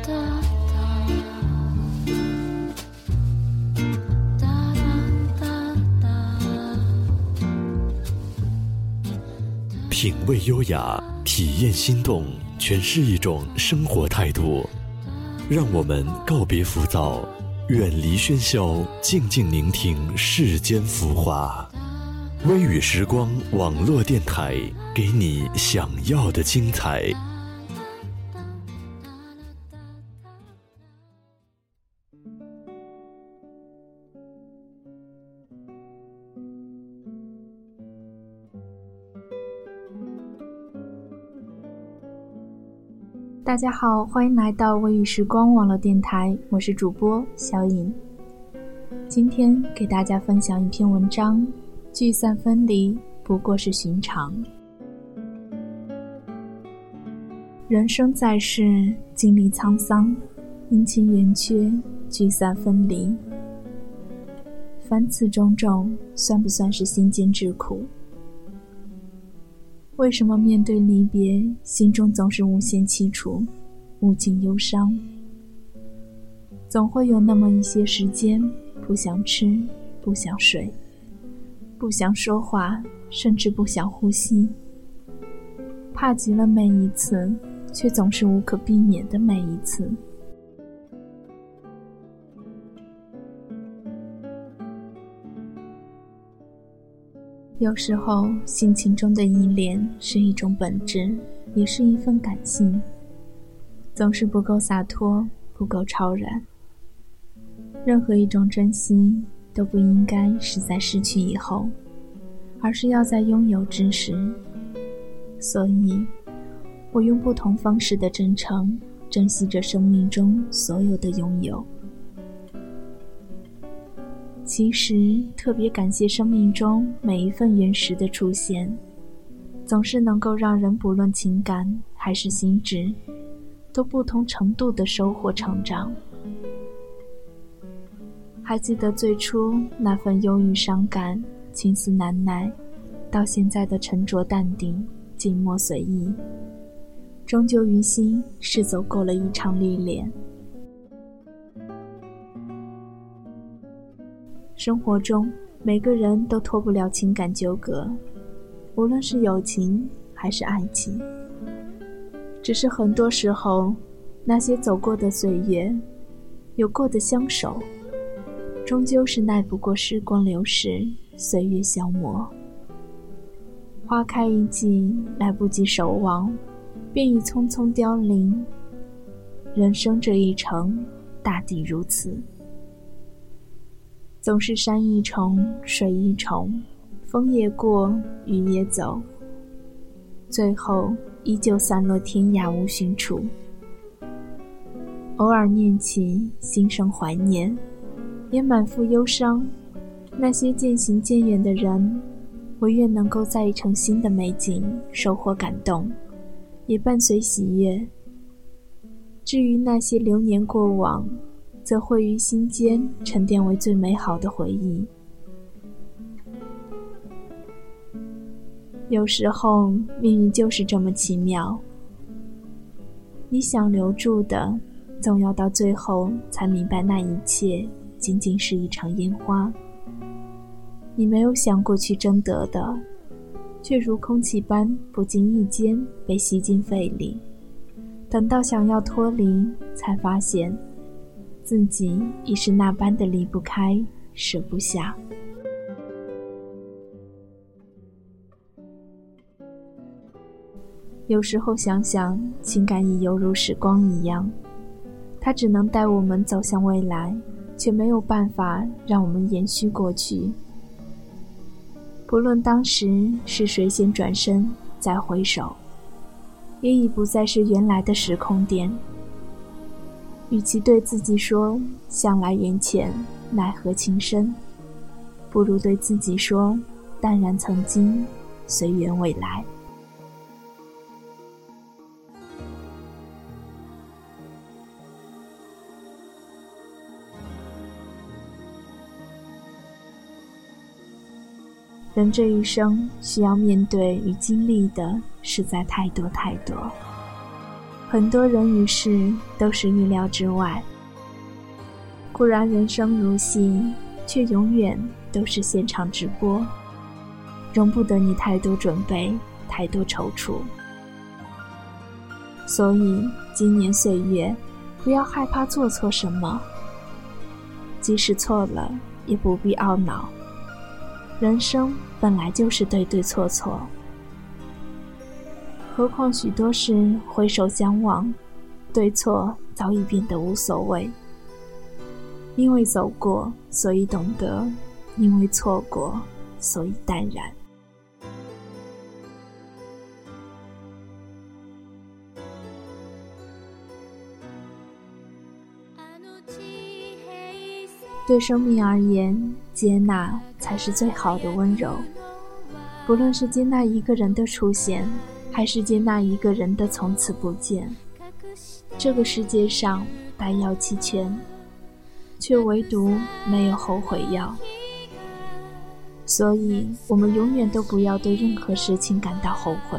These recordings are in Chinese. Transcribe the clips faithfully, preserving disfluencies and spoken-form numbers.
品味优雅，体验心动，全是一种生活态度。让我们告别浮躁，远离喧嚣，静静聆听世间浮华。微雨时光网络电台，给你想要的精彩。 大家好，欢迎来到微雨时光网络电台，我是主播小颖。今天给大家分享一篇文章，聚散分离不过是寻常。人生在世，经历沧桑，阴晴圆缺，聚散分离，凡此种种，算不算是心间之苦？为什么面对离别，心中总是无限凄楚，无尽忧伤？总会有那么一些时间，不想吃，不想睡，不想说话，甚至不想呼吸，怕极了每一次，却总是无可避免的每一次。有时候心情中的依恋是一种本质，也是一份感性，总是不够洒脱，不够超然。任何一种珍惜都不应该是在失去以后，而是要在拥有之时。所以我用不同方式的真诚珍惜着生命中所有的拥有。其实特别感谢生命中每一份原石的出现，总是能够让人不论情感还是心智，都不同程度的收获成长。还记得最初那份忧郁伤感，情思难耐，到现在的沉着淡定，静默随意，终究于心是走过了一场历练。生活中每个人都脱不了情感纠葛，无论是友情还是爱情。只是很多时候，那些走过的岁月，有过的相守，终究是耐不过时光流逝，岁月消磨。花开一季，来不及守望，便已匆匆凋零。人生这一程，大抵如此。总是山一程，水一程，风也过，雨也走，最后依旧散落天涯无寻处。偶尔念起，心生怀念，也满腹忧伤。那些渐行渐远的人，我愿能够在一程新的美景收获感动，也伴随喜悦。至于那些流年过往，则会于心间沉淀为最美好的回忆。有时候命运就是这么奇妙，你想留住的，总要到最后才明白那一切仅仅是一场烟花。你没有想过去争得的，却如空气般不经意间被吸进肺里，等到想要脱离，才发现自己已是那般的离不开，舍不下。有时候想想，情感亦犹如时光一样，它只能带我们走向未来，却没有办法让我们延续过去。不论当时是谁先转身再回首，也已不再是原来的时空点。与其对自己说向来缘浅，奈何情深，不如对自己说淡然曾经，随缘未来。人这一生需要面对与经历的实在太多太多， 很多人与事都是意料之外。固然人生如戏，却永远都是现场直播，容不得你太多准备，太多踌躇。所以今年岁月，不要害怕做错什么，即使错了也不必懊恼，人生本来就是对对错错，何况许多事回首相望，对错早已变得无所谓。因为走过，所以懂得；因为错过，所以淡然。对生命而言，接纳才是最好的温柔。不论是接纳一个人的出现，还是接纳一个人的从此不见，这个世界上百药齐全，却唯独没有后悔药。所以我们永远都不要对任何事情感到后悔，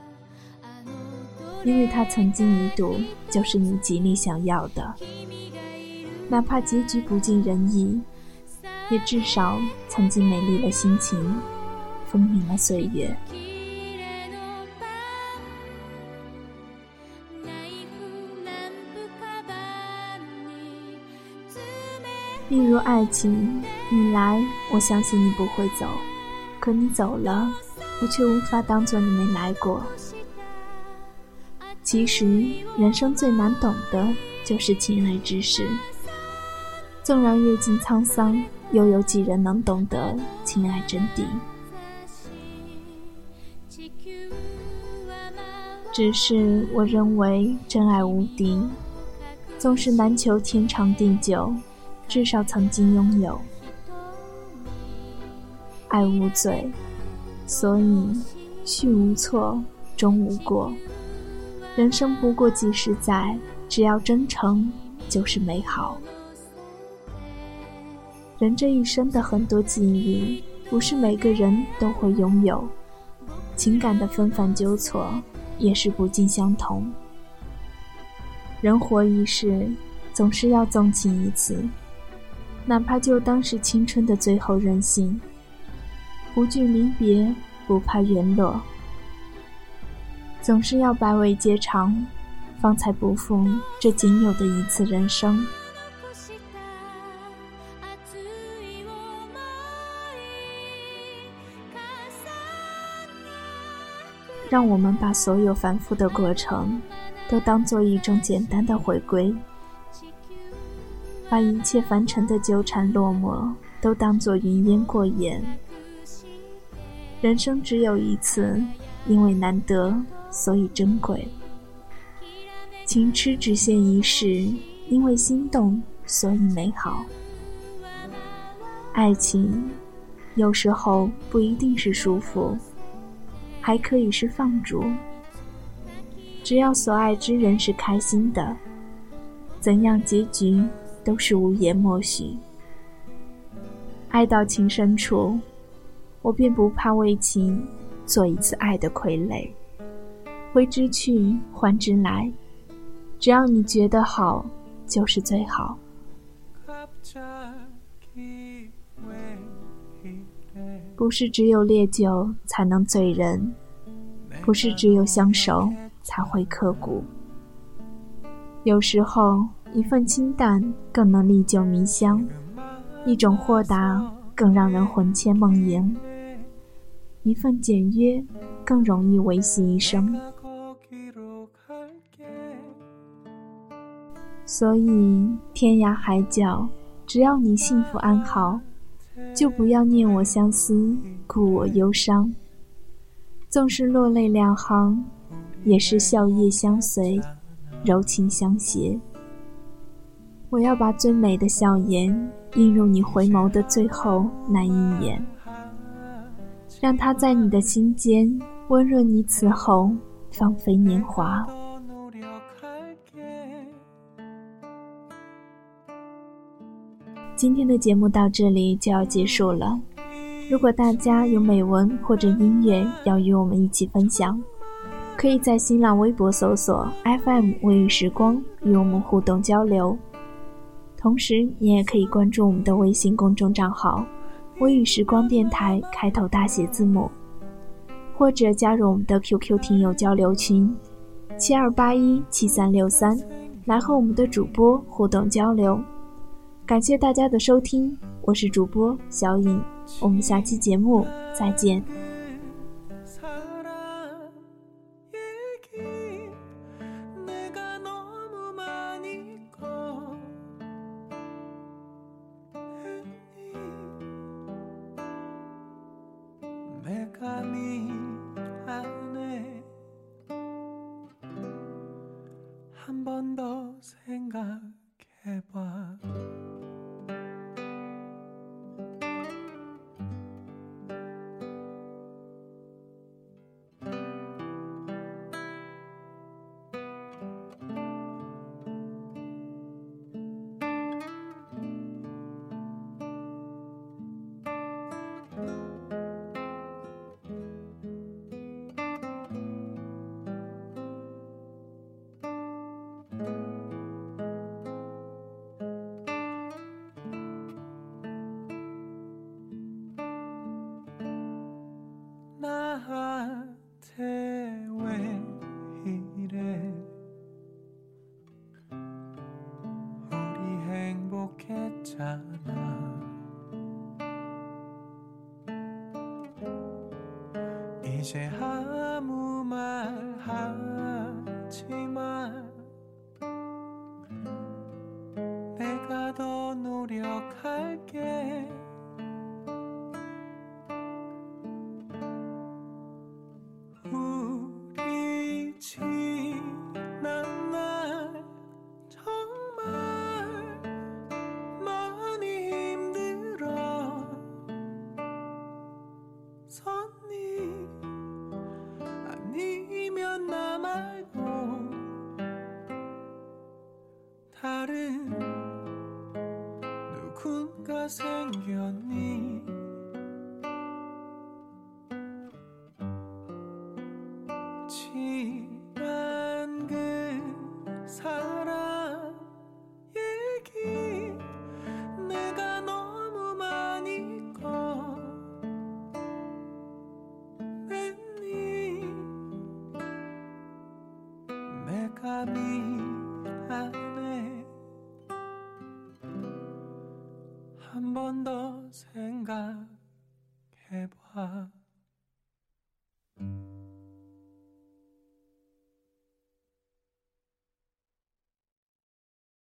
因为它曾经一度就是你极力想要的。哪怕结局不尽人意，也至少曾经美丽了心情，丰盈了岁月。例如爱情，你来，我相信你不会走，可你走了，我却无法当作你没来过。其实人生最难懂的就是情爱之事，纵然阅尽沧桑，又有几人能懂得情爱真谛？只是我认为真爱无敌，纵是难求天长地久，至少曾经拥有。爱无罪，所以续无错，终无过。人生不过几十载，只要真诚就是美好。人这一生的很多际遇，不是每个人都会拥有，情感的纷繁纠错也是不尽相同。人活一世，总是要纵情一次，哪怕就当是青春的最后任性，不惧离别，不怕缘落，总是要百味皆尝，方才不负这仅有的一次人生。让我们把所有反复的过程都当作一种简单的回归，把一切凡尘的纠缠落寞都当作云烟过眼。人生只有一次，因为难得，所以珍贵。情痴只限一世，因为心动，所以美好。爱情有时候不一定是束缚，还可以是放逐。只要所爱之人是开心的，怎样结局都是无言默许。爱到情深处，我便不怕为情做一次爱的傀儡。挥之去，还之来，只要你觉得好，就是最好。不是只有烈酒才能醉人，不是只有相守才会刻骨。有时候一份清淡更能历久弥香，一种豁达更让人魂牵梦萦，一份简约更容易维系一生。所以天涯海角，只要你幸福安好，就不要念我相思，顾我忧伤。纵是落泪两行，也是笑靥相随，柔情相携。我要把最美的笑颜映入你回眸的最后那一眼，让它在你的心间温润你此后芳菲年华。今天的节目到这里就要结束了，如果大家有美文或者音乐要与我们一起分享， 可以在新浪微博搜索 F M 微雨时光与我们互动交流。同时你也可以关注我们的微信公众账号微雨时光电台开头大写字母，或者加入我们的 Q Q 听友交流群七二八一七三六三，来和我们的主播互动交流。感谢大家的收听，我是主播小颖，我们下期节目再见。 한 번 더 생각해봐. 나한테 왜 이래 우리 행복했잖아 이제 아무 말 하지마 내가 더 노력할게 우리 지난 날 정말 많이 힘들어 섰니 아니면 나 말고 다른 누군가 생겼니 지난 그 사람 얘기 내가 너무 많이 꺼냈니 내가 미안해 한 번 더 생각해봐